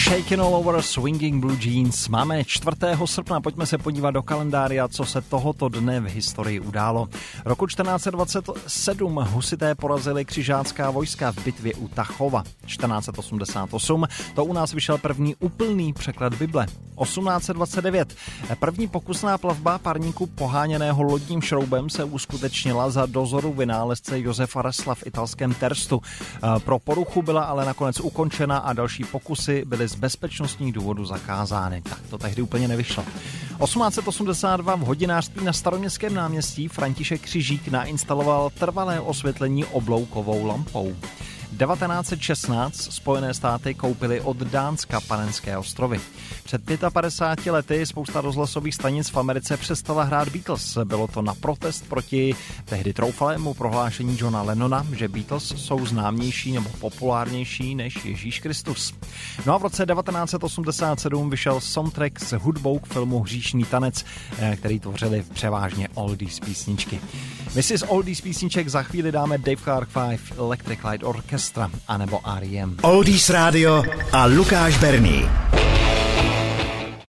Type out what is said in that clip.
Shaking All Over, Swinging Blue Jeans. Máme 4. srpna, pojďme se podívat do kalendáře, co se tohoto dne v historii událo. Roku 1427 husité porazili křižácká vojska v bitvě u Tachova. 1488 to u nás vyšel první úplný překlad Bible. 1829 první pokusná plavba parníku poháněného lodním šroubem se uskutečnila za dozoru vynálezce Josefa Ressla v italském Terstu. Pro poruchu byla ale nakonec ukončena a další pokusy byly z bezpečnostních důvodů zakázány. Tak to tehdy úplně nevyšlo. 1882 v hodinářství na Staroměstském náměstí František Křižík nainstaloval trvalé osvětlení obloukovou lampou. 1916 Spojené státy koupily od Dánska Panenské ostrovy. Před 55 lety spousta rozhlasových stanic v Americe přestala hrát Beatles. Bylo to na protest proti tehdy troufalému prohlášení Johna Lennona, že Beatles jsou známější nebo populárnější než Ježíš Kristus. No a v roce 1987 vyšel soundtrack s hudbou k filmu Hříšný tanec, který tvořili převážně oldies písničky. My si z oldies písniček za chvíli dáme Dave Clark 5, Electric Light Orchestra anebo R.E.M. Oldies Radio a Lukáš Berný.